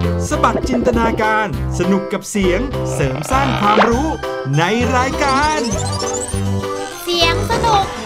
สบัดจินตนาการสนุกกับเสียงเสริมสร้างความรู้ในรายการเสียงสนุก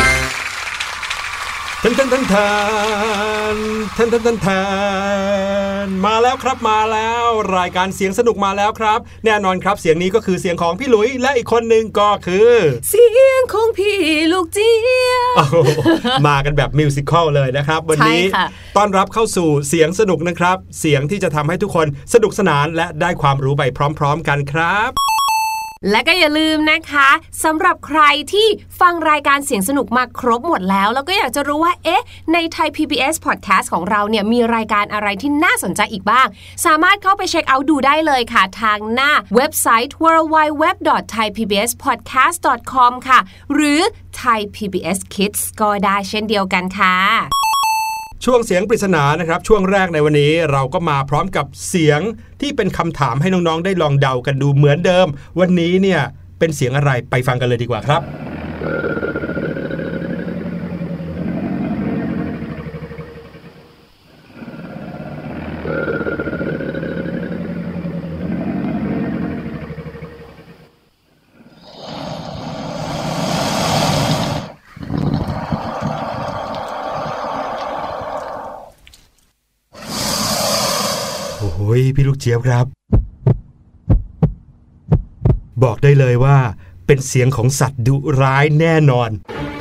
ทันมาแล้วครับมาแล้วรายการเสียงสนุกมาแล้วครับแน่นอนครับเสียงนี้ก็คือเสียงของพี่หลุยและอีกคนนึงก็คือเสียงของพี่ลูกเจี๊ยบมากันแบบมิวสิคอลเลยนะครับวันนี้ต้อนรับเข้าสู่เสียงสนุกนะครับเสียงที่จะทำให้ทุกคนสนุกสนานและได้ความรู้ไปพร้อมๆกันครับและก็อย่าลืมนะคะสำหรับใครที่ฟังรายการเสียงสนุกมาครบหมดแล้วแล้วก็อยากจะรู้ว่าใน Thai PBS Podcast ของเราเนี่ยมีรายการอะไรที่น่าสนใจอีกบ้างสามารถเข้าไปเช็คเอาท์ดูได้เลยค่ะทางหน้าเว็บไซต์ www.thaipbspodcast.com ค่ะหรือ Thai PBS Kids ก็ได้เช่นเดียวกันค่ะช่วงเสียงปริศนานะครับช่วงแรกในวันนี้เราก็มาพร้อมกับเสียงที่เป็นคำถามให้น้องๆได้ลองเดากันดูเหมือนเดิมวันนี้เนี่ยเป็นเสียงอะไรไปฟังกันเลยดีกว่าครับพี่ลูกเจี๊ยบครับบอกได้เลยว่าเป็นเสียงของสัตว์ดุร้ายแน่นอน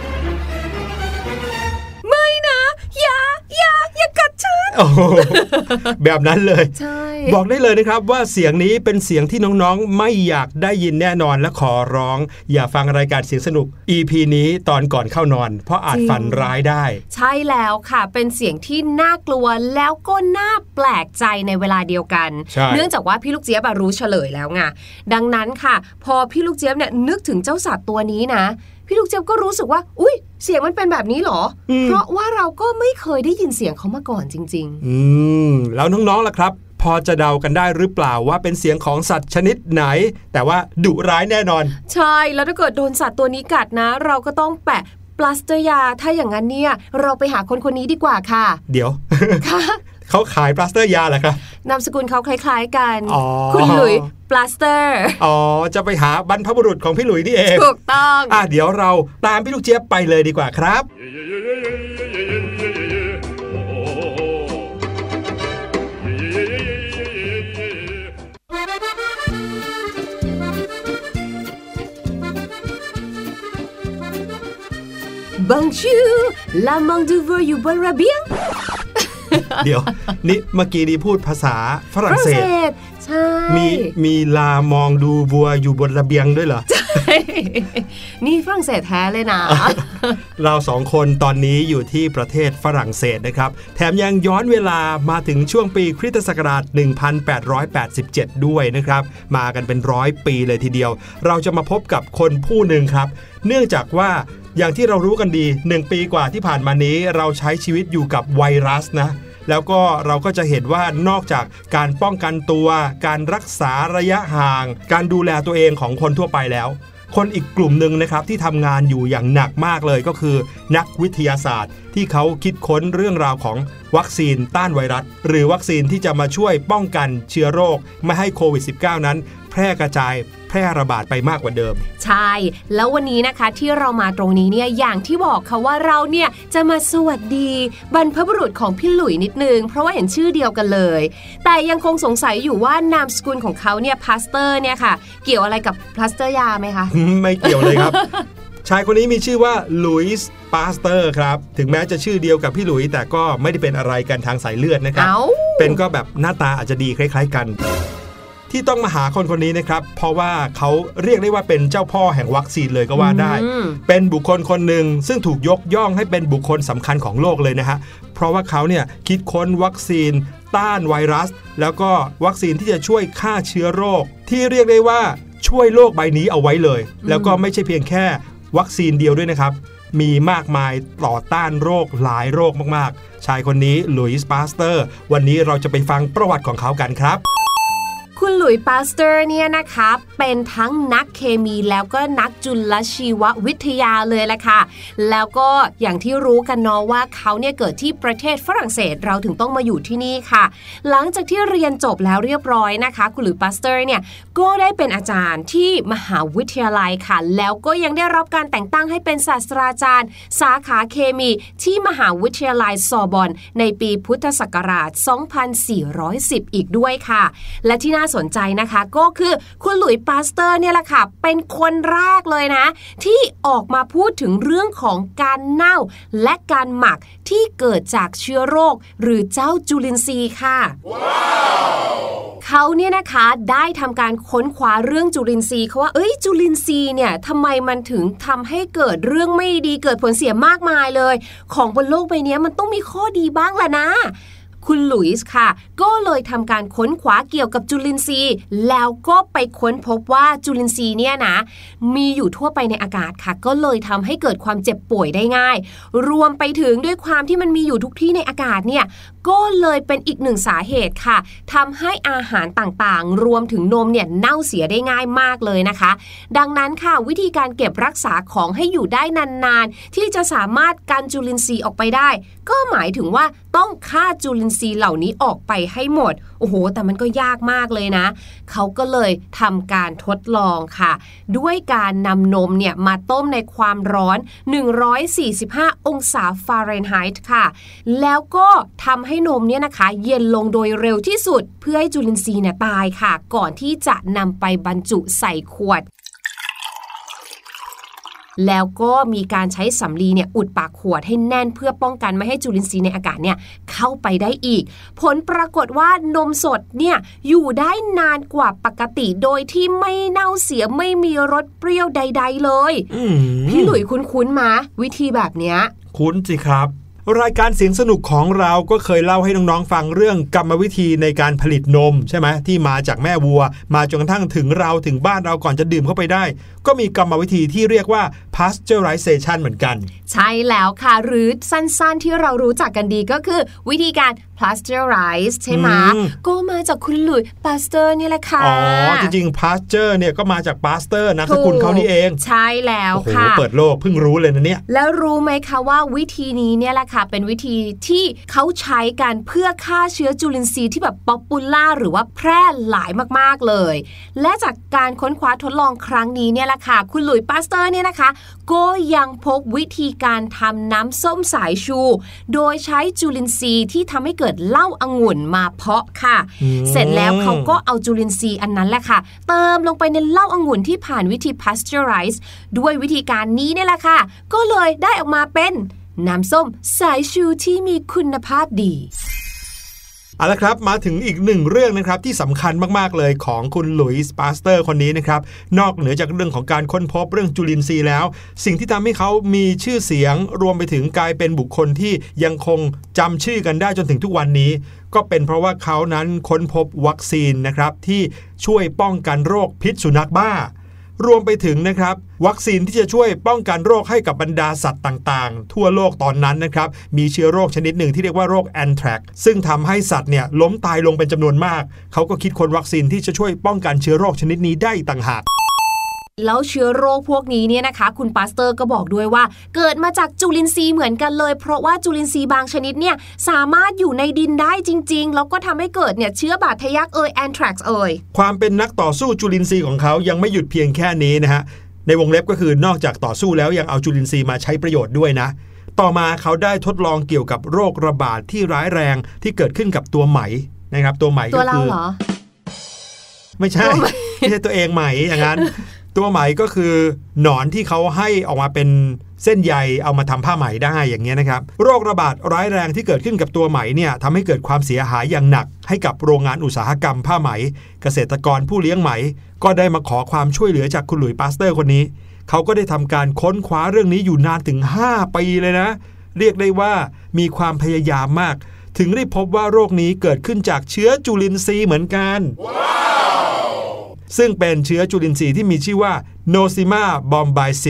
ไม่นะอย่ากัดฉันแบบนั้นเลยบอกได้เลยนะครับว่าเสียงนี้เป็นเสียงที่น้องๆไม่อยากได้ยินแน่นอนและขอร้องอย่าฟังรายการเสียงสนุก EP นี้ตอนก่อนเข้านอนเพราะอาจฝันร้ายได้ใช่แล้วค่ะเป็นเสียงที่น่ากลัวแล้วก็น่าแปลกใจในเวลาเดียวกันเนื่องจากว่าพี่ลูกเจี๊ยบรู้เฉลยแล้วไงดังนั้นค่ะพอพี่ลูกเจี๊ยบเนี่ยนึกถึงเจ้าสัตว์ตัวนี้นะพี่ลูกเจี๊ยบก็รู้สึกว่าอุ๊ยเสียงมันเป็นแบบนี้หรอเพราะว่าเราก็ไม่เคยได้ยินเสียงเขามาก่อนจริงๆแล้วน้องๆล่ะครับพอจะเดากันได้หรือเปล่าว่าเป็นเสียงของสัตว์ชนิดไหนแต่ว่าดุร้ายแน่นอนใช่แล้วถ้าเกิดโดนสัตว์ตัวนี้กัดนะเราก็ต้องแปะปลาสเตอร์ยาถ้าอย่างนั้นเนี่ยเราไปหาคนนี้ดีกว่าค่ะเดี๋ยวค่ะเขาขายปลาสเตอร์ยาเหรอครับนามสกุลเขาคล้ายๆกันคุณหลุยปลาสเตอร์จะไปหาบรรพบุรุษของพี่หลุยนี่เองถูกต้องเดี๋ยวเราตามพี่ลูกเจี๊ยบไปเลยดีกว่าครับ Bonjour la main du ventอยู่บนระเบียงเดี๋ยวนี่เมื่อกี้นี้พูดภาษาฝรั่งเศสใช่มีลามองดูวัวอยู่บนระเบียงด้วยเหรอใช่นี่ฝรั่งเศสแท้เลยนะเราสองคนตอนนี้อยู่ที่ประเทศฝรั่งเศสนะครับแถมยังย้อนเวลามาถึงช่วงปีคริสตศักราช1887ด้วยนะครับมากันเป็น100 ปีเลยทีเดียวเราจะมาพบกับคนผู้หนึ่งครับเนื่องจากว่าอย่างที่เรารู้กันดี1 ปีกว่าที่ผ่านมานี้เราใช้ชีวิตอยู่กับไวรัสนะแล้วก็เราก็จะเห็นว่านอกจากการป้องกันตัวการรักษาระยะห่างการดูแลตัวเองของคนทั่วไปแล้วคนอีกกลุ่มหนึ่งนะครับที่ทำงานอยู่อย่างหนักมากเลยก็คือนักวิทยาศาสตร์ที่เขาคิดค้นเรื่องราวของวัคซีนต้านไวรัสหรือวัคซีนที่จะมาช่วยป้องกันเชื้อโรคไม่ให้โควิด -19 นั้นแพร่กระจายแพร่ระบาดไปมากกว่าเดิมใช่แล้ววันนี้นะคะที่เรามาตรงนี้เนี่ยอย่างที่บอกค่ะว่าเราเนี่ยจะมาสวัสดีบรรพบุรุษของพี่หลุยนิดนึงเพราะว่าเห็นชื่อเดียวกันเลยแต่ยังคงสงสัยอยู่ว่านามสกุลของเขาเนี่ยพาสเตอร์เนี่ยค่ะเกี่ยวอะไรกับพลาสเตอร์ยาไหมคะไม่เกี่ยวเลยครับ ชายคนนี้มีชื่อว่าลุยส์ปาสเตอร์ครับถึงแม้จะชื่อเดียวกับพี่หลุยแต่ก็ไม่ได้เป็นอะไรกันทางสายเลือดนะครับเป็นก็แบบหน้าตาอาจจะดีคล้ายๆกันที่ต้องมาหาคนนี้นะครับเพราะว่าเขาเรียกได้ว่าเป็นเจ้าพ่อแห่งวัคซีนเลยก็ว่าได้เป็นบุคคลคนหนึ่งซึ่งถูกยกย่องให้เป็นบุคคลสำคัญของโลกเลยนะฮะเพราะว่าเขาเนี่ยคิดค้นวัคซีนต้านไวรัสแล้วก็วัคซีนที่จะช่วยฆ่าเชื้อโรคที่เรียกได้ว่าช่วยโลกใบนี้เอาไว้เลยแล้วก็ไม่ใช่เพียงแค่วัคซีนเดียวด้วยนะครับมีมากมายต่อต้านโรคหลายโรคมากๆชายคนนี้ลุยส์ปาสเตอร์วันนี้เราจะไปฟังประวัติของเขากันครับคุณหลุยส์ ปาสเตอร์เนี่ยนะคะเป็นทั้งนักเคมีแล้วก็นักจุลชีววิทยาเลยแหละค่ะแล้วก็อย่างที่รู้กันเนาะว่าเขาเนี่ยเกิดที่ประเทศฝรั่งเศสเราถึงต้องมาอยู่ที่นี่ค่ะหลังจากที่เรียนจบแล้วเรียบร้อยนะคะคุณหลุยส์ ปาสเตอร์เนี่ยก็ได้เป็นอาจารย์ที่มหาวิทยาลัยค่ะแล้วก็ยังได้รับการแต่งตั้งให้เป็นศาสตราจารย์สาขาเคมีที่มหาวิทยาลัยซอร์บอนในปีพุทธศักราช 2410 อีกด้วยค่ะและที่น่าสนใจนะคะก็คือคุณหลุยส์ ปาสเตอร์เนี่ยแหละค่ะเป็นคนแรกเลยนะที่ออกมาพูดถึงเรื่องของการเน่าและการหมักที่เกิดจากเชื้อโรคหรือเจ้าจุลินทรีย์ค่ะ เขาเนี่ยนะคะได้ทำการค้นคว้าเรื่องจุลินทรีย์เขาว่าจุลินทรีย์เนี่ยทำไมมันถึงทำให้เกิดเรื่องไม่ดีเกิดผลเสียมากมายเลยของบนโลกใบนี้มันต้องมีข้อดีบ้างล่ะนะคุณหลุยส์ค่ะก็เลยทำการค้นคว้าเกี่ยวกับจุลินทรีย์แล้วก็ไปค้นพบว่าจุลินทรีย์เนี่ยนะมีอยู่ทั่วไปในอากาศค่ะก็เลยทำให้เกิดความเจ็บป่วยได้ง่ายรวมไปถึงด้วยความที่มันมีอยู่ทุกที่ในอากาศเนี่ยก็เลยเป็นอีกหนึ่งสาเหตุค่ะทำให้อาหารต่างๆรวมถึงนมเนี่ยเน่าเสียได้ง่ายมากเลยนะคะดังนั้นค่ะวิธีการเก็บรักษาของให้อยู่ได้นานๆที่จะสามารถกันจุลินทรีย์ออกไปได้ก็หมายถึงว่าต้องฆ่าจุลินทรีย์เหล่านี้ออกไปให้หมดโอ้โหแต่มันก็ยากมากเลยนะเขาก็เลยทำการทดลองค่ะด้วยการนำนมเนี่ยมาต้มในความร้อน145องศาฟาเรนไฮต์ค่ะแล้วก็ทำให้นมเนี่ยนะคะเย็นลงโดยเร็วที่สุดเพื่อให้จุลินทรีย์เนี่ยตายค่ะก่อนที่จะนำไปบรรจุใส่ขวดแล้วก็มีการใช้สำลีเนี่ยอุดปากขวดให้แน่นเพื่อป้องกันไม่ให้จุลินทรีย์ในอากาศเนี่ยเข้าไปได้อีกผลปรากฏว่านมสดเนี่ยอยู่ได้นานกว่าปกติโดยที่ไม่เน่าเสียไม่มีรสเปรี้ยวใดๆเลยพี่หลุยคุ้นๆมาวิธีแบบเนี้ยคุ้นสิครับรายการเสียงสนุกของเราก็เคยเล่าให้น้องๆฟังเรื่องกรรมวิธีในการผลิตนมใช่ไหมที่มาจากแม่วัวมาจนกระทั่งถึงเราถึงบ้านเราก่อนจะดื่มเข้าไปได้ก็มีกรรมวิธีที่เรียกว่า pasteurization เหมือนกันใช่แล้วค่ะหรือสั้นๆที่เรารู้จักกันดีก็คือวิธีการ pasteurize ใช่ไหมก็มาจากคุณหลุยส์ ปาสเตอร์นี่แหละค่ะอ๋อจริงๆ pasteur เนี่ยก็มาจาก pasteur นามสกุลเขานี่เองใช่แล้วค่ะโอ้โหเปิดโลกเพิ่งรู้เลยนะเนี่ยแล้วรู้ไหมคะว่าวิธีนี้เนี่ยแหละค่ะเป็นวิธีที่เขาใช้กันเพื่อฆ่าเชื้อจุลินทรีย์ที่แบบป๊อปปูล่าหรือว่าแพร่หลายมากๆเลยและจากการค้นคว้าทดลองครั้งนี้เนี่ยแหละค่ะคุณหลุยส์ ปาสเตอร์เนี่ยนะคะก็ยังพบวิธีการทำน้ำส้มสายชูโดยใช้จุลินทรีย์ที่ทำให้เกิดเหล้าองุ่นมาเพาะค่ะเสร็จแล้วเขาก็เอาจุลินทรีย์อันนั้นแหละค่ะเติมลงไปในเหล้าองุ่นที่ผ่านวิธี pasteurize ด้วยวิธีการนี้เนี่ยแหละค่ะก็เลยได้ออกมาเป็นน้ำส้มสายชูที่มีคุณภาพดีเอาละครับมาถึงอีกหนึ่งเรื่องนะครับที่สำคัญมากๆเลยของคุณหลุยส์ ปาสเตอร์คนนี้นะครับนอกเหนือจากเรื่องของการค้นพบเรื่องจุลินทรีย์แล้วสิ่งที่ทำให้เขามีชื่อเสียงรวมไปถึงกลายเป็นบุคคลที่ยังคงจำชื่อกันได้จนถึงทุกวันนี้ก็เป็นเพราะว่าเขานั้นค้นพบวัคซีนนะครับที่ช่วยป้องกันโรคพิษสุนัขบ้ารวมไปถึงนะครับวัคซีนที่จะช่วยป้องกันโรคให้กับบรรดาสัตว์ต่างๆทั่วโลกตอนนั้นนะครับมีเชื้อโรคชนิดหนึ่งที่เรียกว่าโรคแอนแทรกซึ่งทำให้สัตว์เนี่ยล้มตายลงเป็นจำนวนมากเขาก็คิดค้นวัคซีนที่จะช่วยป้องกันเชื้อโรคชนิดนี้ได้ต่างหากแล้วเชื้อโรคพวกนี้เนี่ยนะคะคุณปาสเตอร์ก็บอกด้วยว่าเกิดมาจากจุลินทรีย์เหมือนกันเลยเพราะว่าจุลินทรีย์บางชนิดเนี่ยสามารถอยู่ในดินได้จริงๆแล้วก็ทำให้เกิดเนี่ยเชื้อบาดทะยักแอนแทรกซ์ความเป็นนักต่อสู้จุลินทรีย์ของเขายังไม่หยุดเพียงแค่นี้นะฮะในวงเล็บก็คือนอกจากต่อสู้แล้วยังเอาจุลินทรีย์มาใช้ประโยชน์ด้วยนะต่อมาเขาได้ทดลองเกี่ยวกับโรคระบาดที่ร้ายแรงที่เกิดขึ้นกับตัวไหมนะครับตัวไหมก็คือไม่ใช่ตัวเองไหมอย่างนั้นตัวไหมก็คือหนอนที่เขาให้ออกมาเป็นเส้นใยเอามาทำผ้าไหมได้อย่างเงี้ยนะครับโรคระบาดร้ายแรงที่เกิดขึ้นกับตัวไหมเนี่ยทำให้เกิดความเสียหายอย่างหนักให้กับโรงงานอุตสาหกรรมผ้าไหมเกษตรกรผู้เลี้ยงไหมก็ได้มาขอความช่วยเหลือจากคุณหลุยส์ ปาสเตอร์คนนี้เขาก็ได้ทำการค้นคว้าเรื่องนี้อยู่นานถึง5 ปีเลยนะเรียกได้ว่ามีความพยายามมากถึงได้พบว่าโรคนี้เกิดขึ้นจากเชื้อจุลินทรีย์เหมือนกันซึ่งเป็นเชื้อจุลินทรีย์ที่มีชื่อว่า Nosema bombycil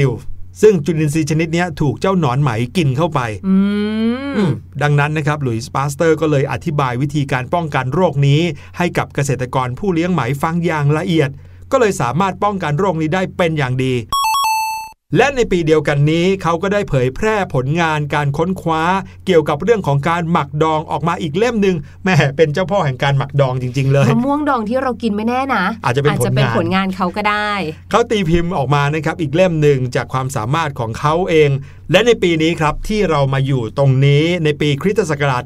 ซึ่งจุลินทรีย์ชนิดนี้ถูกเจ้าหนอนไหมกินเข้าไปดังนั้นนะครับหลุยส์ปาสเตอร์ก็เลยอธิบายวิธีการป้องกันโรคนี้ให้กับเกษตรกรผู้เลี้ยงไหมฟังอย่างละเอียดก็เลยสามารถป้องกันโรคนี้ได้เป็นอย่างดีและในปีเดียวกันนี้เขาก็ได้เผยแพร่ผลงานการค้นคว้าเกี่ยวกับเรื่องของการหมักดองออกมาอีกเล่มนึงแม่เป็นเจ้าพ่อแห่งการหมักดองจริงๆเลยมะม่วงดองที่เรากินไม่แน่นะอาจจะเป็นผลงานเขาก็ได้เขาตีพิมพ์ออกมานะครับอีกเล่มนึงจากความสามารถของเขาเองและในปีนี้ครับที่เรามาอยู่ตรงนี้ในปีคริสตศักราช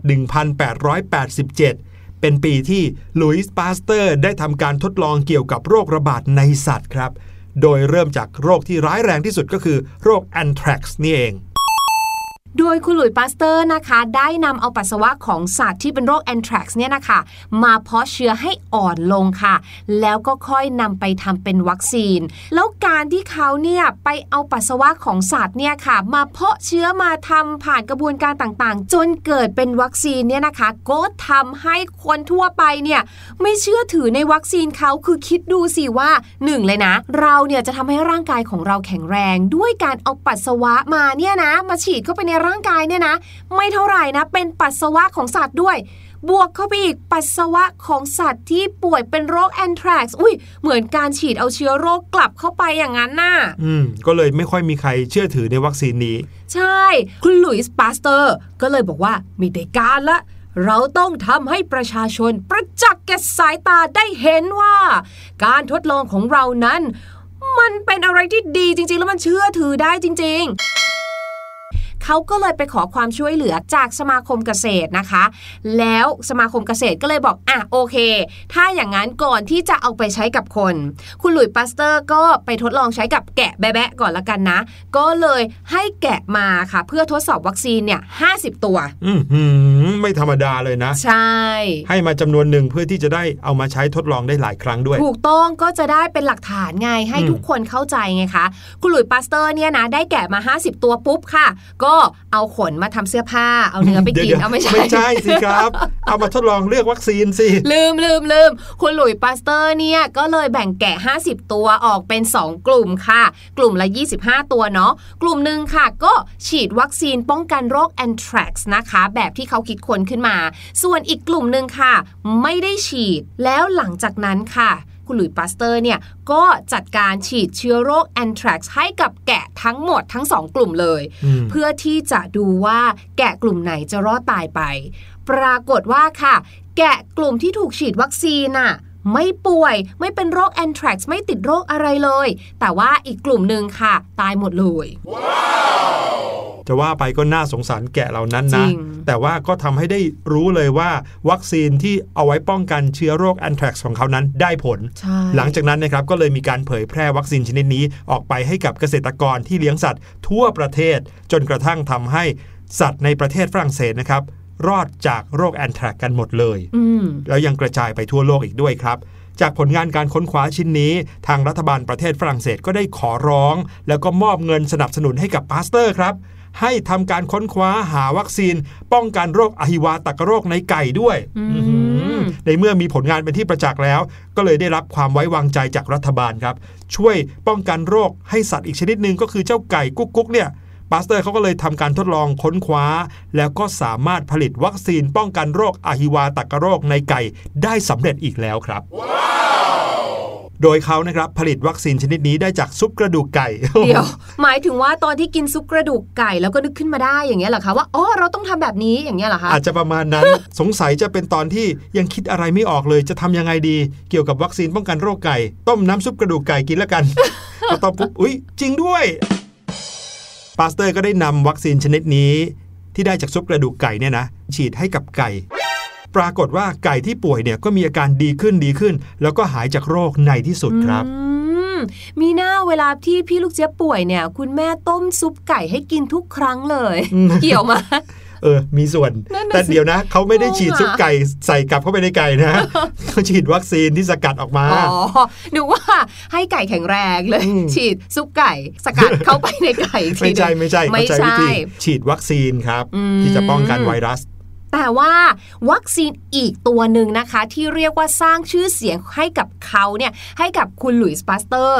1887เป็นปีที่หลุยส์ปาสเตอร์ได้ทำการทดลองเกี่ยวกับโรคระบาดในสัตว์ครับโดยเริ่มจากโรคที่ร้ายแรงที่สุดก็คือโรคแอนแทรกซ์นี่เองโดยคุณหลุยส์ปาสเตอร์นะคะได้นำเอาปัสสาวะของสัตว์ที่เป็นโรคแอนแทรกซ์เนี่ยนะคะมาเพาะเชื้อให้อ่อนลงค่ะแล้วก็ค่อยนำไปทำเป็นวัคซีนแล้วการที่เขาเนี่ยไปเอาปัสสาวะของสัตว์เนี่ยค่ะมาเพาะเชื้อมาทำผ่านกระบวนการต่างๆจนเกิดเป็นวัคซีนเนี่ยนะคะก็ทำให้คนทั่วไปเนี่ยไม่เชื่อถือในวัคซีนเขาคือคิดดูสิว่า1เลยนะเราเนี่ยจะทำให้ร่างกายของเราแข็งแรงด้วยการเอาปัสสาวะมาเนี่ยนะมาฉีดเข้าไปในร่างกายเนี่ยนะไม่เท่าไหร่นะเป็นปัสสาวะของสัตว์ด้วยบวกเข้าไปอีกปัสสาวะของสัตว์ที่ป่วยเป็นโรคแอนแทรกซ์เหมือนการฉีดเอาเชื้อโรคกลับเข้าไปอย่างนั้นน่ะก็เลยไม่ค่อยมีใครเชื่อถือในวัคซีนนี้ใช่คุณหลุยส์ปาสเตอร์ก็เลยบอกว่ามีได้การละเราต้องทำให้ประชาชนประจักษ์แก่สายตาได้เห็นว่าการทดลองของเรานั้นมันเป็นอะไรที่ดีจริงๆแล้วมันเชื่อถือได้จริงๆเขาก็เลยไปขอความช่วยเหลือจากสมาคมเกษตรนะคะแล้วสมาคมเกษตรก็เลยบอกโอเคถ้าอย่างนั้นก่อนที่จะเอาไปใช้กับคนคุณหลุยส์ปาสเตอร์ก็ไปทดลองใช้กับแกะแบะๆก่อนละกันนะก็เลยให้แกะมาค่ะเพื่อทดสอบวัคซีนเนี่ย50ตัวไม่ธรรมดาเลยนะใช่ให้มาจำนวนหนึ่งเพื่อที่จะได้เอามาใช้ทดลองได้หลายครั้งด้วยถูกต้องก็จะได้เป็นหลักฐานไงให้ทุกคนเข้าใจไงคะคุณหลุยส์ปาสเตอร์เนี่ยนะได้แกะมา50ตัวปุ๊บค่ะก็เอาขนมาทำเสื้อผ้าเอาเนื้อไปกินเอาไม่ใช่สิครับเอามาทดลองเลือกวัคซีนสิลืมคุณหลุยส์ปาสเตอร์เนี่ยก็เลยแบ่งแกะ50ตัวออกเป็น2กลุ่มค่ะกลุ่มละ25ตัวเนาะกลุ่มนึงค่ะก็ฉีดวัคซีนป้องกันโรคแอนแทรกซ์นะคะแบบที่เขาคิดค้นขึ้นมาส่วนอีกกลุ่มนึงค่ะไม่ได้ฉีดแล้วหลังจากนั้นค่ะคุณหลุยส์ปาสเตอร์เนี่ยก็จัดการฉีดเชื้อโรคแอนแทรกซ์ให้กับแกะทั้งหมดทั้ง2กลุ่มเลยเพื่อที่จะดูว่าแกะกลุ่มไหนจะรอดตายไปปรากฏว่าค่ะแกะกลุ่มที่ถูกฉีดวัคซีนน่ะไม่ป่วยไม่เป็นโรคแอนแทรกซ์ไม่ติดโรคอะไรเลยแต่ว่าอีกกลุ่มนึงค่ะตายหมดเลยจะว่าไปก็น่าสงสารแกะเหล่านั้นนะแต่ว่าก็ทำให้ได้รู้เลยว่าวัคซีนที่เอาไว้ป้องกันเชื้อโรคแอนแทรกซ์ของเขานั้นได้ผลหลังจากนั้นนะครับก็เลยมีการเผยแพร่วัคซีนชนิดนี้ออกไปให้กับเกษตรกรที่เลี้ยงสัตว์ทั่วประเทศจนกระทั่งทำให้สัตว์ในประเทศฝรั่งเศสนะครับรอดจากโรคแอนแทรกซ์กันหมดเลยแล้วยังกระจายไปทั่วโลกอีกด้วยครับจากผลงานการค้นคว้าชิ้นนี้ทางรัฐบาลประเทศฝรั่งเศสก็ได้ขอร้องแล้วก็มอบเงินสนับสนุนให้กับปาสเตอร์ครับให้ทำการค้นคว้าหาวัคซีนป้องกันโรคอหิวาตกโรคในไก่ด้วยในเมื่อมีผลงานเป็นที่ประจักษ์แล้วก็เลยได้รับความไว้วางใจจากรัฐบาลครับช่วยป้องกันโรคให้สัตว์อีกชนิดนึงก็คือเจ้าไก่กุ๊กเนี่ยปาสเตอร์เขาก็เลยทำการทดลองค้นคว้าแล้วก็สามารถผลิตวัคซีนป้องกันโรคอหิวาตกโรคในไก่ได้สำเร็จอีกแล้วครับโดยเขานะครับผลิตวัคซีนชนิดนี้ได้จากซุปกระดูกไก่เดี๋ยวหมายถึงว่าตอนที่กินซุปกระดูกไก่แล้วก็นึกขึ้นมาได้อย่างเงี้ยเหรอคะว่าเราต้องทำแบบนี้อย่างเงี้ยเหรอคะอาจจะประมาณนั้น สงสัยจะเป็นตอนที่ยังคิดอะไรไม่ออกเลยจะทำยังไงดีเกี่ยวกับวัคซีนป้องกันโรคไก่ต้มน้ำซุปกระดูกไก่กินแล้วกัน พอต้มปุ๊บจริงด้วยปาสเตอร์ก็ได้นำวัคซีนชนิดนี้ที่ได้จากซุปกระดูกไก่เนี่ยนะฉีดให้กับไก่ปรากฏว่าไก่ที่ป่วยเนี่ยก็มีอาการดีขึ้นแล้วก็หายจากโรคในที่สุดครับมีหน้าเวลาที่พี่ลูกเจี๊ยบป่วยเนี่ยคุณแม่ต้มซุปไก่ให้กินทุกครั้งเลยเกี่ยวมามีส่วนแต่เดี๋ยวนะเขาไม่ได้ฉีดซุปไก่ใส่กลับเข้าไปในไก่นะเขาฉีดวัคซีนที่สกัดออกมานึกว่าให้ไก่แข็งแรงเลยฉีดซุปไก่สกัดเข้าไปในไก่ไม่ใช่วิธีฉีดวัคซีนครับที่จะป้องกันไวรัสแต่ว่าวัคซีนอีกตัวหนึ่งนะคะที่เรียกว่าสร้างชื่อเสียงให้กับเขาเนี่ยให้กับคุณหลุยส์ปาสเตอร์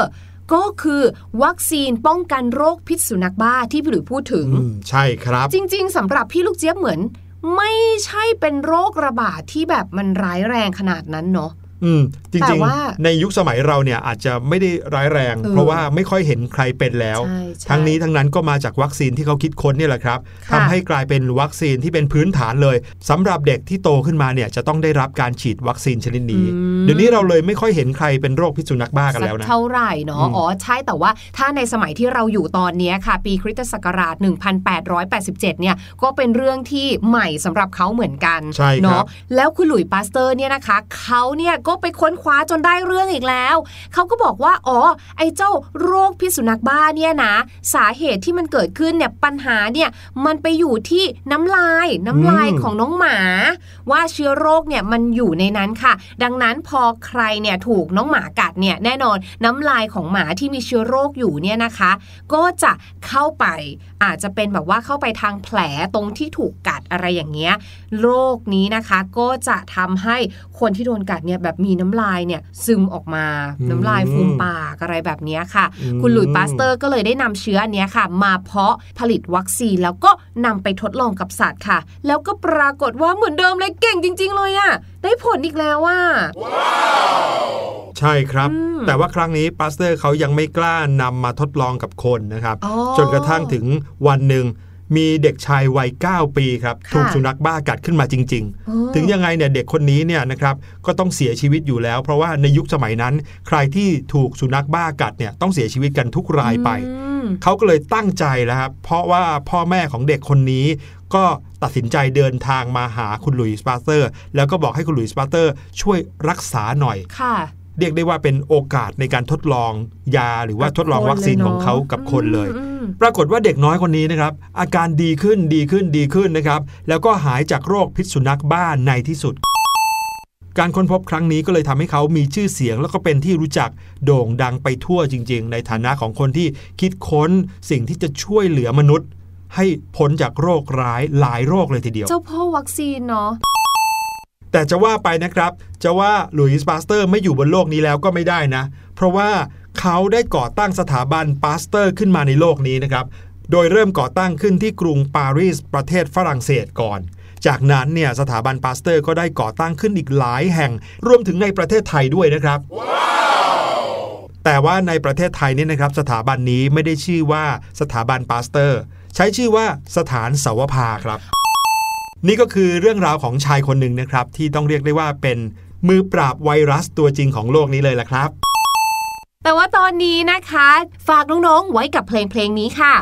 ก็คือวัคซีนป้องกันโรคพิษสุนัขบ้าที่พี่หลุยพูดถึงใช่ครับจริงๆสำหรับพี่ลูกเจี๊ยบเหมือนไม่ใช่เป็นโรคระบาดที่แบบมันร้ายแรงขนาดนั้นเนาะจริงๆในยุคสมัยเราเนี่ยอาจจะไม่ได้ร้ายแรงเพราะว่าไม่ค่อยเห็นใครเป็นแล้วทั้งนี้ทั้งนั้นก็มาจากวัคซีนที่เขาคิดค้นนี่แหละครับทำให้กลายเป็นวัคซีนที่เป็นพื้นฐานเลยสำหรับเด็กที่โตขึ้นมาเนี่ยจะต้องได้รับการฉีดวัคซีนชนิดนี้เดี๋ยวนี้เราเลยไม่ค่อยเห็นใครเป็นโรคพิษสุนัขบ้ากันแล้วนะเท่าไหร่เนาะอ๋อใช่แต่ว่าถ้าในสมัยที่เราอยู่ตอนนี้ค่ะปีคริสตศักราช1887เนี่ยก็เป็นเรื่องที่ใหม่สำหรับเขาเหมือนกันเนาะแล้วคุณหลุยส์ปาสเตอร์เนี่ยนะคะเขาเนี่ยก็ไปค้นคว้าจนได้เรื่องอีกแล้วเขาก็บอกว่าอ๋อไอ้เจ้าโรคพิษสุนัขบ้าเนี่ยนะสาเหตุที่มันเกิดขึ้นเนี่ยปัญหาเนี่ยมันไปอยู่ที่น้ำลายของน้องหมาว่าเชื้อโรคเนี่ยมันอยู่ในนั้นค่ะดังนั้นพอใครเนี่ยถูกน้องหมากัดเนี่ยแน่นอนน้ำลายของหมาที่มีเชื้อโรคอยู่เนี่ยนะคะก็จะเข้าไปอาจจะเป็นแบบว่าเข้าไปทางแผลตรงที่ถูกกัดอะไรอย่างเงี้ยโรคนี้นะคะก็จะทำให้คนที่โดนกัดเนี่ยแบบมีน้ำลายเนี่ยซึมออกมาน้ำลายฟูมปากอะไรแบบนี้ค่ะคุณหลุยส์ปาสเตอร์ก็เลยได้นำเชื้ออันนี้ค่ะมาเพาะผลิตวัคซีนแล้วก็นำไปทดลองกับสัตว์ค่ะแล้วก็ปรากฏว่าเหมือนเดิมเลยเก่งจริงๆเลยอ่ะได้ผลอีกแล้วว่าใช่ครับแต่ว่าครั้งนี้ปาสเตอร์เขายังไม่กล้านำมาทดลองกับคนนะครับจนกระทั่งถึงวันหนึ่งมีเด็กชายวัย9ปีครับถูกสุนัขบ้ากัดขึ้นมาจริงๆถึงยังไงเนี่ยเด็กคนนี้เนี่ยนะครับก็ต้องเสียชีวิตอยู่แล้วเพราะว่าในยุคสมัยนั้นใครที่ถูกสุนัขบ้ากัดเนี่ยต้องเสียชีวิตกันทุกรายไปเขาก็เลยตั้งใจแล้วครับเพราะว่าพ่อแม่ของเด็กคนนี้ก็ตัดสินใจเดินทางมาหาคุณหลุยส์ปาสเตอร์แล้วก็บอกให้คุณหลุยส์ปาสเตอร์ช่วยรักษาหน่อยเรียกได้ว่าเป็นโอกาสในการทดลองยาหรือว่าทดลองวัคซีนของเขากับคนเลยปรากฏว่าเด็กน้อยคนนี้นะครับอาการดีขึ้นนะครับแล้วก็หายจากโรคพิษสุนัขบ้าในที่สุดการค้นพบครั้งนี้ก็เลยทำให้เขามีชื่อเสียงแล้วก็เป็นที่รู้จักโด่งดังไปทั่วจริงๆในฐานะของคนที่คิดค้นสิ่งที่จะช่วยเหลือมนุษย์ให้พ้นจากโรคร้ายหลายโรคเลยทีเดียวเจ้าพ่อวัคซีนเนาะแต่จะว่าไปนะครับจะว่าหลุยส์ปาสเตอร์ไม่อยู่บนโลกนี้แล้วก็ไม่ได้นะเพราะว่าเขาได้ก่อตั้งสถาบันปาสเตอร์ขึ้นมาในโลกนี้นะครับโดยเริ่มก่อตั้งขึ้นที่กรุงปารีสประเทศฝรั่งเศสก่อนจากนั้นเนี่ยสถาบันปาสเตอร์ก็ได้ก่อตั้งขึ้นอีกหลายแห่งรวมถึงในประเทศไทยด้วยนะครับ แต่ว่าในประเทศไทยนี่นะครับสถาบันนี้ไม่ได้ชื่อว่าสถาบันปาสเตอร์ใช้ชื่อว่าสถานสาวภาครับนี่ก็คือเรื่องราวของชายคนหนึ่งนะครับที่ต้องเรียกได้ว่าเป็นมือปราบไวรัสตัวจริงของโลกนี้เลยล่ะครับแต่ว่าตอนนี้นะคะฝากน้องๆไว้กับเพลงนี้ค่ะ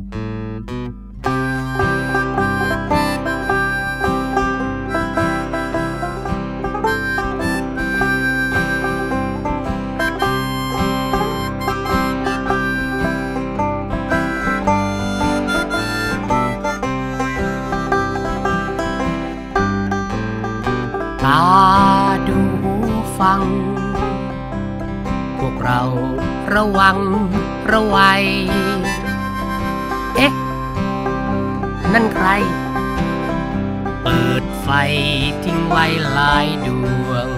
ตาดูฟังพวกเราระวังระวัยเอ๊ะนั่นใครเปิดไฟทิ้งไว้หลายดวง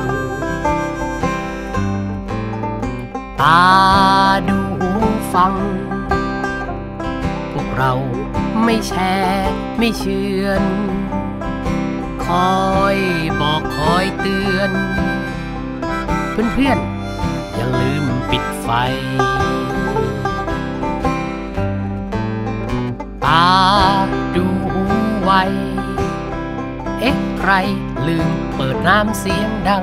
ตาดูฟังพวกเราไม่แช่ไม่เชือนคอยบอกคอยเตือนเพื่อนๆอย่าลืมปิดไฟตาดูไว้เอ๊ะใครลืมเปิดน้ำเสียงดัง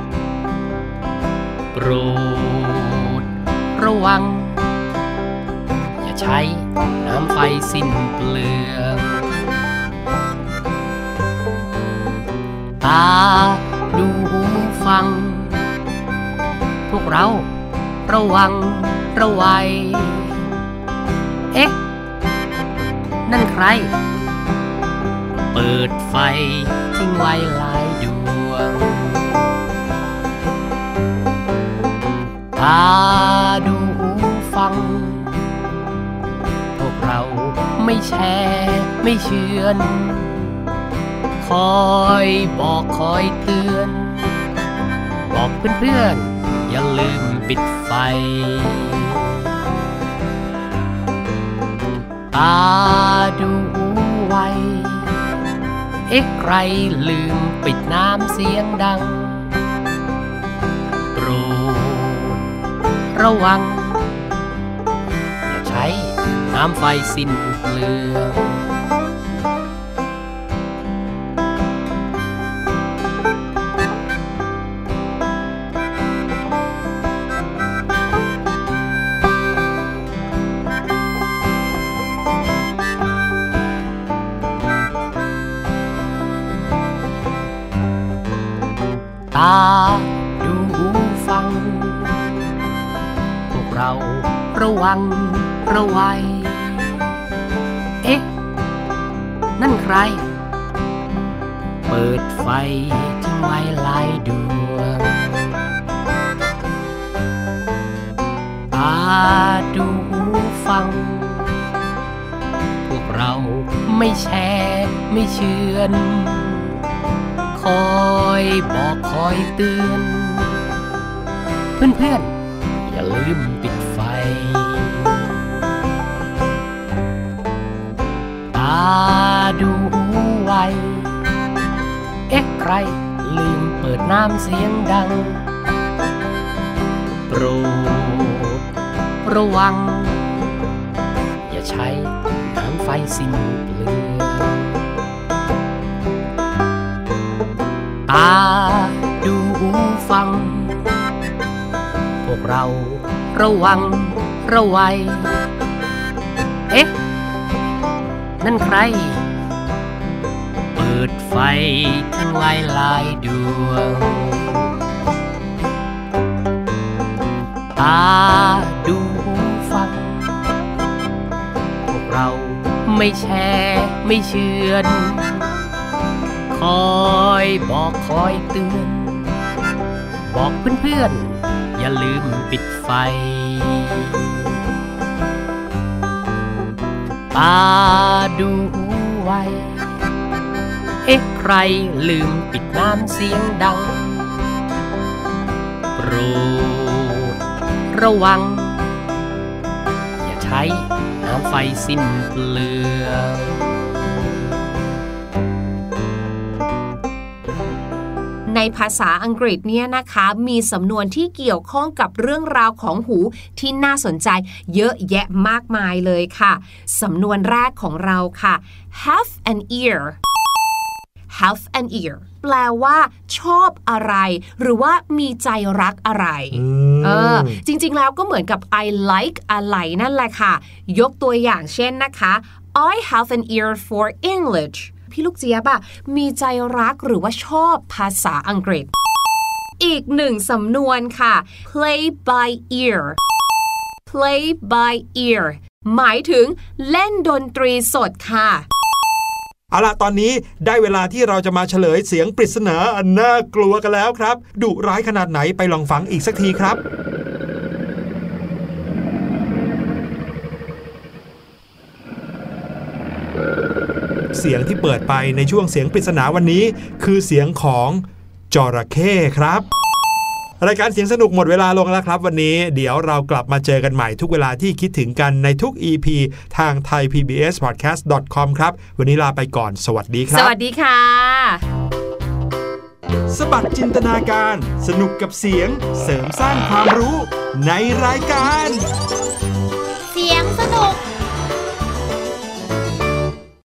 โปรดระวังอย่าใช้น้ำไฟสิ้นเปลืองตาดูฟังพวกเราระวังระวัยเอ๊ะนั่นใครเปิดไฟทิ้งไว้หลายดวงตาดูฟังพวกเราไม่แช่ไม่เชือนคอยบอกคอยเตือนบอกเพื่อนๆอย่าลืมปิดไฟตาดูไว้ใครลืมปิดน้ำเสียงดังโปรดระวังอย่าใช้น้ำไฟสิ้นเปลืองตาดูฟังพวกเราระวังระวัยนั่นใครเปิดไฟทิ้งไว้หลายดวงตาดูฟังพวกเราไม่แช่ไม่เชือนคอยบอกคอยเตือนเพื่อนๆอย่าลืมปิดไฟตาดูไว้ใครลืมเปิดน้ำเสียงดังโปรดระวังอย่าใช้น้ำไฟสิ้นเปลืองตาดูฟังพวกเราระวังระวัยนั่นใครเปิดไฟทิ้งไว้หลายดวงตาดูฟังพวกเราไม่แช่ไม่เชือนคอยบอกคอยเตือนบอกเพื่อนๆอย่าลืมปิดไฟตาดูไว้ใครลืมปิดน้ำเสียงดังโปรดระวังอย่าใช้น้ำไฟสิ้นเปลืองในภาษาอังกฤษเนี่ยนะคะมีสำนวนที่เกี่ยวข้องกับเรื่องราวของหูที่น่าสนใจเยอะแยะมากมายเลยค่ะสำนวนแรกของเราค่ะ have an ear have an ear แปลว่าชอบอะไรหรือว่ามีใจรักอะไรจริงๆแล้วก็เหมือนกับ I like อะไรนั่นแหละค่ะยกตัวอย่างเช่นนะคะ I have an ear for Englishพี่ลูกเจี๊ยบมีใจรักหรือว่าชอบภาษาอังกฤษอีกหนึ่งสำนวนค่ะ play by ear play by ear หมายถึงเล่นดนตรีสดค่ะเอาล่ะตอนนี้ได้เวลาที่เราจะมาเฉลยเสียงปริศนาอันน่ากลัวกันแล้วครับดุร้ายขนาดไหนไปลองฟังอีกสักทีครับเสียงที่เปิดไปในช่วงเสียงปริศนาวันนี้คือเสียงของจระเข้ครับรายการเสียงสนุกหมดเวลาลงแล้วครับวันนี้เดี๋ยวเรากลับมาเจอกันใหม่ทุกเวลาที่คิดถึงกันในทุก EP ทาง thaipbspodcast.com ครับวันนี้ลาไปก่อนสวัสดีครับสวัสดีค่ะสบัดจินตนาการสนุกกับเสียงเสริมสร้างความรู้ในรายการเสียงสนุก